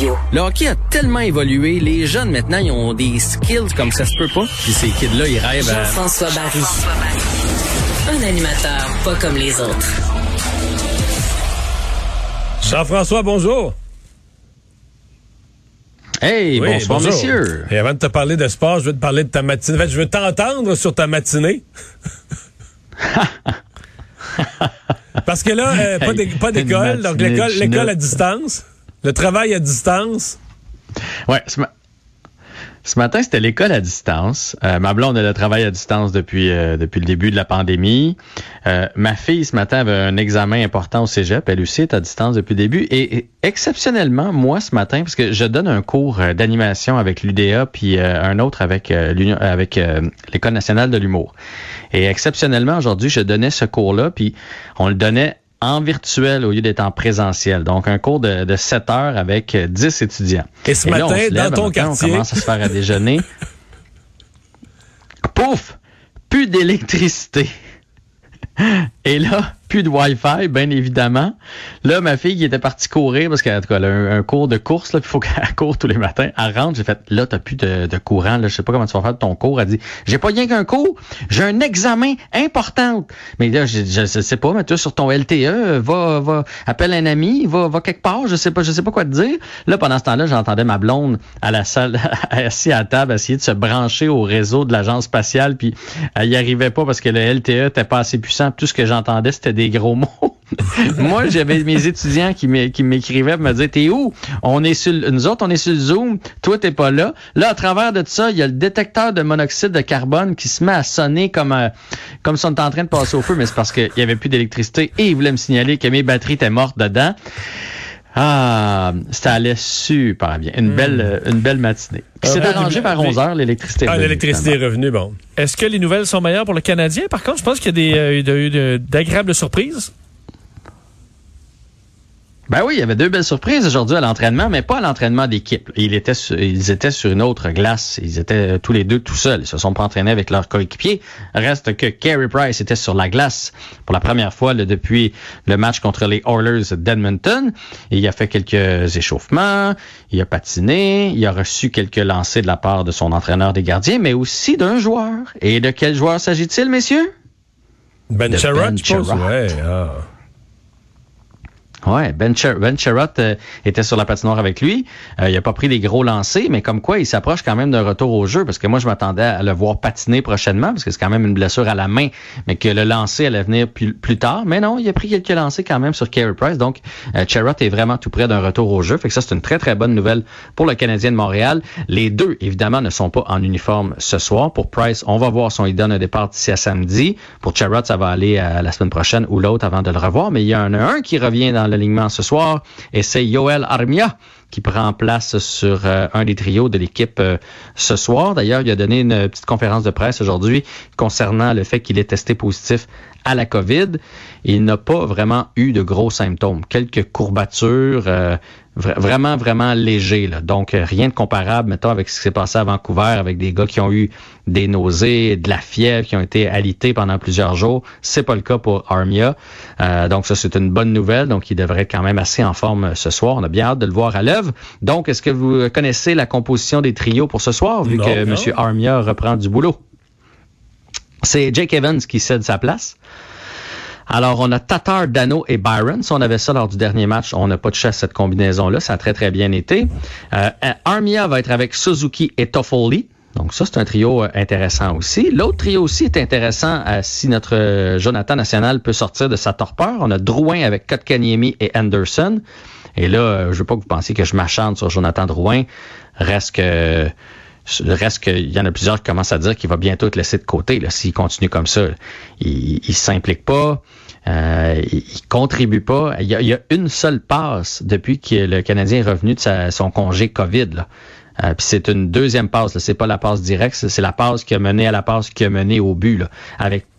Radio. Le hockey a tellement évolué. Les jeunes, maintenant, ils ont des skills comme ça se peut pas. Puis ces kids-là, ils rêvent à... Jean-François Barry. Un animateur pas comme les autres. Jean-François, bonjour. Hey, Oui, bonsoir, bonjour. messieurs. Et avant de te parler de sport, je veux te parler de ta matinée. En fait, je veux t'entendre sur ta matinée. Parce que là, pas d'école, donc l'école à distance, le travail à distance. Ouais, ce matin, c'était l'école à distance. Ma blonde, elle a travaillé à distance depuis le début de la pandémie. Ma fille, ce matin, avait un examen important au cégep. Elle aussi est à distance depuis le début. Et exceptionnellement, moi, ce matin, parce que je donne un cours d'animation avec l'UDA, puis un autre avec l'École nationale de l'humour. Et exceptionnellement, aujourd'hui, je donnais ce cours-là, puis on le donnait en virtuel au lieu d'être en présentiel. Donc, un cours de 7 heures avec 10 étudiants. Et ce matin, dans ton quartier... On commence à se faire à déjeuner. Pouf! Plus d'électricité. Et là, plus de Wi-Fi, bien évidemment. Là, ma fille qui était partie courir, parce qu'en tout cas, elle a un cours de course, là, puis il faut qu'elle court tous les matins. Elle rentre, j'ai fait, là, t'as plus de courant, là, je sais pas comment tu vas faire de ton cours. Elle dit, j'ai pas rien qu'un cours, j'ai un examen important. Mais là, je sais pas, mais toi, sur ton LTE, va, appelle un ami, va quelque part, je sais pas quoi te dire. Là, pendant ce temps-là, j'entendais ma blonde à la salle, assise à la table, essayer de se brancher au réseau de l'agence spatiale, puis elle y arrivait pas parce que le LTE était pas assez puissant. Tout ce que j'entendais, c'était des gros mots. Moi, j'avais mes étudiants qui m'écrivaient pour me dire, t'es où? Nous autres, on est sur le Zoom. Toi, t'es pas là. Là, à travers de tout ça, il y a le détecteur de monoxyde de carbone qui se met à sonner comme si on était en train de passer au feu, mais c'est parce qu'il y avait plus d'électricité et il voulait me signaler que mes batteries étaient mortes dedans. Ah, ça allait super bien. Une belle matinée. C'est arrangé vers 11h, l'électricité est revenue. L'électricité est revenue, bon. Est-ce que les nouvelles sont meilleures pour le Canadien? Par contre, je pense qu'il y a eu d'agréables surprises. Ben oui, il y avait 2 belles surprises aujourd'hui à l'entraînement, mais pas à l'entraînement d'équipe. Ils étaient sur une autre glace. Ils étaient tous les deux tout seuls. Ils se sont pas entraînés avec leurs coéquipiers. Reste que Carey Price était sur la glace pour la première fois depuis le match contre les Oilers d'Edmonton. Et il a fait quelques échauffements, il a patiné, il a reçu quelques lancers de la part de son entraîneur des gardiens, mais aussi d'un joueur. Et de quel joueur s'agit-il, messieurs? Ben Sherratt, je pense. Ouais, Ouais, Ben Sherratt était sur la patinoire avec lui. Il a pas pris des gros lancers, mais comme quoi, il s'approche quand même d'un retour au jeu, parce que moi, je m'attendais à le voir patiner prochainement, parce que c'est quand même une blessure à la main, mais que le lancer allait venir plus tard. Mais non, il a pris quelques lancers quand même sur Carey Price. Donc, Sherratt est vraiment tout près d'un retour au jeu. Fait que ça, c'est une très, très bonne nouvelle pour le Canadien de Montréal. Les deux, évidemment, ne sont pas en uniforme ce soir. Pour Price, on va voir si on lui donne un départ d'ici à samedi. Pour Sherratt, ça va aller la semaine prochaine ou l'autre avant de le revoir. Mais il y en a un qui revient dans l'alignement ce soir, et c'est Joel Armia qui prend place sur un des trios de l'équipe ce soir. D'ailleurs, il a donné une petite conférence de presse aujourd'hui concernant le fait qu'il est testé positif à la COVID. Il n'a pas vraiment eu de gros symptômes. Quelques courbatures, vraiment, vraiment légers, là. Donc, rien de comparable, mettons, avec ce qui s'est passé à Vancouver, avec des gars qui ont eu des nausées, de la fièvre, qui ont été alités pendant plusieurs jours. C'est pas le cas pour Armia. Donc, ça, c'est une bonne nouvelle. Donc, il devrait être quand même assez en forme ce soir. On a bien hâte de le voir à l'œuvre. Donc, est-ce que vous connaissez la composition des trios pour ce soir, vu que M. Armia reprend du boulot? C'est Jake Evans qui cède sa place. Alors, on a Tatar, Dano et Byron. Si on avait ça lors du dernier match, on n'a pas touché à cette combinaison-là. Ça a très, très bien été. Armia va être avec Suzuki et Toffoli. Donc ça, c'est un trio intéressant aussi. L'autre trio aussi est intéressant si notre Jonathan National peut sortir de sa torpeur. On a Drouin avec Kotkaniemi et Anderson. Et là, je veux pas que vous pensiez que je m'acharne sur Jonathan Drouin. Reste qu'il y en a plusieurs qui commencent à dire qu'il va bientôt être laissé de côté. Là, s'il continue comme ça, il s'implique pas, il contribue pas. Il y a une seule passe depuis que le Canadien est revenu de son congé COVID, là. Puis c'est une deuxième passe, là. C'est pas la passe directe, c'est la passe qui a mené à la passe qui a mené au but, là. Avec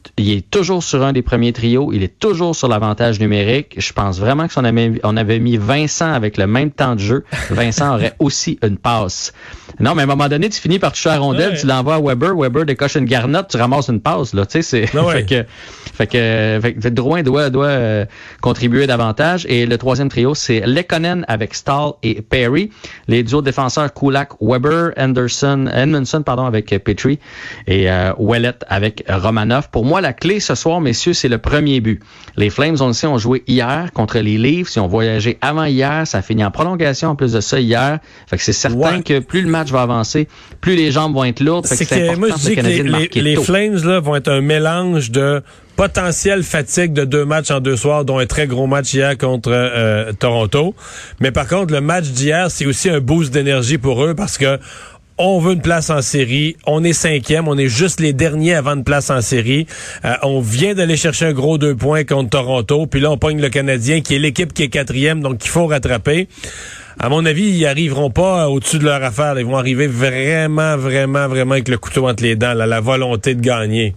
Il est toujours sur un des premiers trios. Il est toujours sur l'avantage numérique. Je pense vraiment que si on avait mis Vincent avec le même temps de jeu, Vincent aurait aussi une passe. Non, mais à un moment donné, tu finis par toucher la rondelle, tu l'envoies à Weber. Weber décoche une garnotte, tu ramasses une passe. Là, tu sais, c'est fait que Drouin doit contribuer davantage. Et le troisième trio, c'est Lekkonen avec Stahl et Perry. Les duos défenseurs Kulak, Weber, Edmondson avec Petrie et Ouellet avec Romanov. Pour moi, la clé ce soir, messieurs, c'est le premier but. Les Flames, on le sait, ont joué hier contre les Leafs. Ils ont voyagé avant hier. Ça a fini en prolongation en plus de ça hier. Fait que c'est certain que plus le match va avancer, plus les jambes vont être lourdes. Fait que c'est important moi, je dis que les Flames là, vont être un mélange de potentielle fatigue de 2 matchs en 2 soirs, dont un très gros match hier contre Toronto. Mais par contre, le match d'hier, c'est aussi un boost d'énergie pour eux parce que on veut une place en série. On est 5e. On est juste les derniers avant une place en série. On vient d'aller chercher un gros 2 points contre Toronto. Puis là, on pogne le Canadien, qui est l'équipe qui est 4e, donc qu'il faut rattraper. À mon avis, ils arriveront pas au-dessus de leur affaire. Ils vont arriver vraiment avec le couteau entre les dents, là, la volonté de gagner.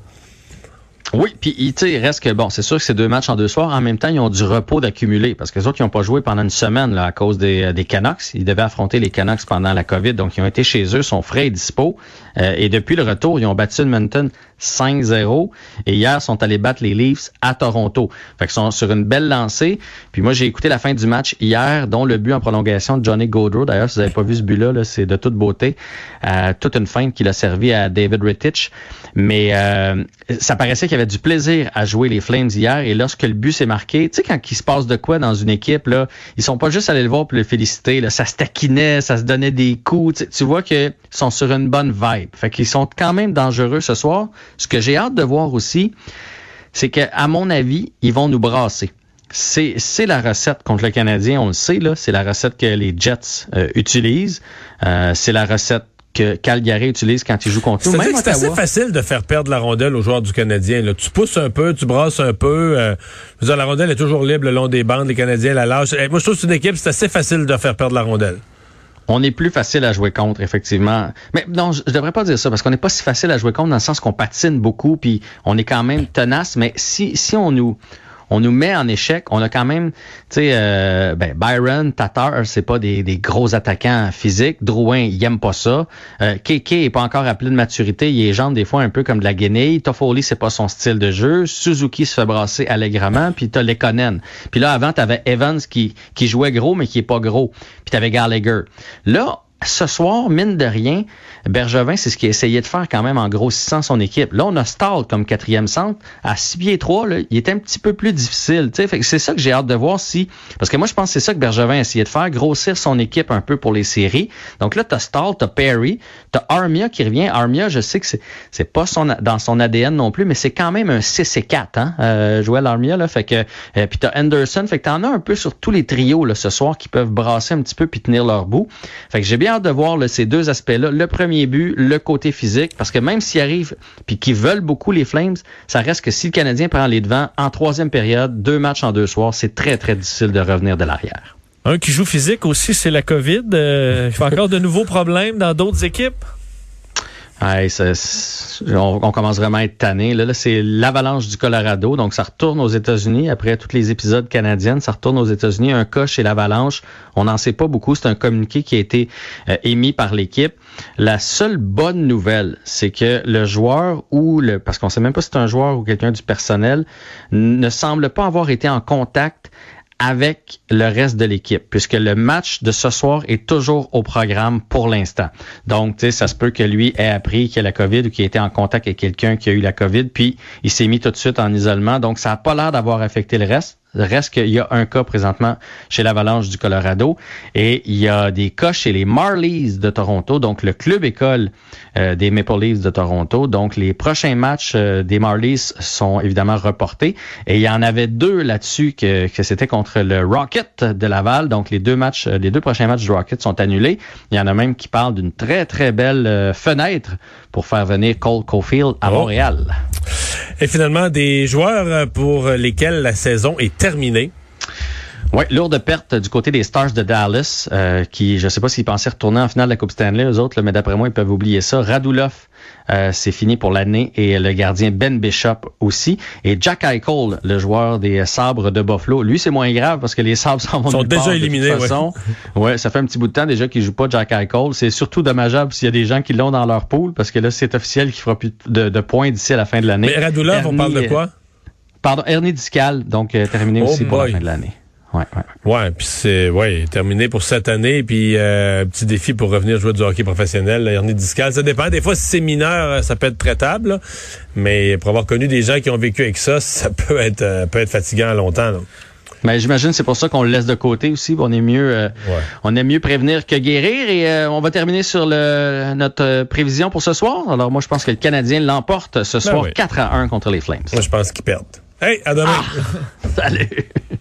Oui, puis il reste que, bon, c'est sûr que c'est 2 matchs en 2 soirs. En même temps, ils ont du repos d'accumuler parce que les autres, ils n'ont pas joué pendant une semaine là, à cause des Canucks. Ils devaient affronter les Canucks pendant la COVID, donc ils ont été chez eux, sont frais et dispo. Et depuis le retour, ils ont battu Edmonton 5-0 et hier, sont allés battre les Leafs à Toronto. Fait qu'ils sont sur une belle lancée. Puis moi, j'ai écouté la fin du match hier, dont le but en prolongation de Johnny Gaudreau. D'ailleurs, si vous n'avez pas vu ce but-là, là, c'est de toute beauté. Toute une feinte qu'il a servi à David Rittich. Mais ça paraissait qu'il y avait du plaisir à jouer les Flames hier. Et lorsque le but s'est marqué, tu sais, quand il se passe de quoi dans une équipe, là, ils sont pas juste allés le voir pour le féliciter. Là, ça se taquinait, ça se donnait des coups. Tu vois qu'ils sont sur une bonne vibe. Fait qu'ils sont quand même dangereux ce soir. Ce que j'ai hâte de voir aussi, c'est que, à mon avis, ils vont nous brasser. C'est la recette contre le Canadien, on le sait, là. C'est la recette que les Jets utilisent. C'est la recette que Calgary utilise quand il joue contre nous. C'est-à-dire que c'est assez facile de faire perdre la rondelle aux joueurs du Canadien. Là. Tu pousses un peu, tu brasses un peu. Je veux dire, la rondelle est toujours libre le long des bandes. Les Canadiens la lâchent. Moi, je trouve que c'est une équipe, c'est assez facile de faire perdre la rondelle. On est plus facile à jouer contre, effectivement. Mais non, je devrais pas dire ça, parce qu'on n'est pas si facile à jouer contre dans le sens qu'on patine beaucoup, puis on est quand même tenace. Mais si on nous met en échec, on a quand même, tu sais, Byron, Tatar, c'est pas des gros attaquants physiques. Drouin, il aime pas ça. Kéké est pas encore appelé de maturité. Il est jambes des fois un peu comme de la guenille. Toffoli, c'est pas son style de jeu. Suzuki se fait brasser allègrement. Puis t'as Lekkonen. Puis là, avant, t'avais Evans qui jouait gros, mais qui est pas gros. Puis t'avais Gallagher. Là, ce soir, mine de rien, Bergevin, c'est ce qu'il a essayé de faire quand même en grossissant son équipe. Là, on a Stahl comme 4e centre. À 6 pieds 3, là, il est un petit peu plus difficile. Fait que c'est ça que j'ai hâte de voir si... Parce que moi, je pense que c'est ça que Bergevin a essayé de faire, grossir son équipe un peu pour les séries. Donc là, t'as Stahl, t'as Perry, t'as Armia qui revient. Armia, je sais que c'est pas dans son ADN non plus, mais c'est quand même un 6-4, hein, Joël Armia, là. Fait que... puis t'as Anderson. Fait que t'en as un peu sur tous les trios, là, ce soir, qui peuvent brasser un petit peu puis tenir leur bout. Fait que j'ai bien hâte de voir là, ces 2 aspects-là. Le premier but, le côté physique, parce que même s'ils arrivent puis qu'ils veulent beaucoup les Flames, ça reste que si le Canadien prend les devants en 3e période, 2 matchs en 2 soirs, c'est très, très difficile de revenir de l'arrière. Un qui joue physique aussi, c'est la COVID. Il fait encore de nouveaux problèmes dans d'autres équipes? Ouais, on commence vraiment à être tanné. Là, c'est l'Avalanche du Colorado. Donc, ça retourne aux États-Unis. Après tous les épisodes canadiens, ça retourne aux États-Unis. Un cas chez l'Avalanche. On n'en sait pas beaucoup. C'est un communiqué qui a été émis par l'équipe. La seule bonne nouvelle, c'est que le joueur parce qu'on sait même pas si c'est un joueur ou quelqu'un du personnel, ne semble pas avoir été en contact avec le reste de l'équipe, puisque le match de ce soir est toujours au programme pour l'instant. Donc, tu sais, ça se peut que lui ait appris qu'il y a la COVID ou qu'il ait été en contact avec quelqu'un qui a eu la COVID, puis il s'est mis tout de suite en isolement. Donc, ça n'a pas l'air d'avoir affecté le reste. Reste qu'il y a un cas présentement chez l'Avalanche du Colorado et il y a des cas chez les Marlies de Toronto, donc le club école des Maple Leafs de Toronto. Donc, les prochains matchs des Marlies sont évidemment reportés et il y en avait 2 là-dessus que c'était contre le Rocket de Laval. Donc, les 2 prochains matchs du Rocket sont annulés. Il y en a même qui parlent d'une très, très belle fenêtre pour faire venir Cole Caulfield à Montréal. Et finalement, des joueurs pour lesquels la saison est terminée. Oui, lourde perte du côté des Stars de Dallas, qui, je sais pas s'ils pensaient retourner en finale de la Coupe Stanley, eux autres, là, mais d'après moi, ils peuvent oublier ça. Radulov, c'est fini pour l'année, et le gardien Ben Bishop aussi. Et Jack Eichel, le joueur des Sabres de Buffalo, lui, c'est moins grave parce que les Sabres sont déjà éliminés. De toute façon. Ouais, ça fait un petit bout de temps déjà qu'il joue pas Jack Eichel. C'est surtout dommageable s'il y a des gens qui l'ont dans leur pool, parce que là, c'est officiel qu'il fera plus de points d'ici à la fin de l'année. Mais Radulov, on parle de quoi? Pardon, hernie discale, donc terminé aussi pour la fin de l'année. Ouais, puis c'est terminé pour cette année, puis petit défi pour revenir jouer du hockey professionnel, la hernie discale, ça dépend. Des fois, si c'est mineur, ça peut être traitable, là. Mais pour avoir connu des gens qui ont vécu avec ça, ça peut être fatigant longtemps, là. Mais j'imagine c'est pour ça qu'on le laisse de côté aussi. On est mieux, on aime mieux prévenir que guérir. Et on va terminer sur notre prévision pour ce soir. Alors moi, je pense que le Canadien l'emporte ce soir 4-1 contre les Flames. Moi, je pense qu'ils perdent. Hey, à demain. Salut.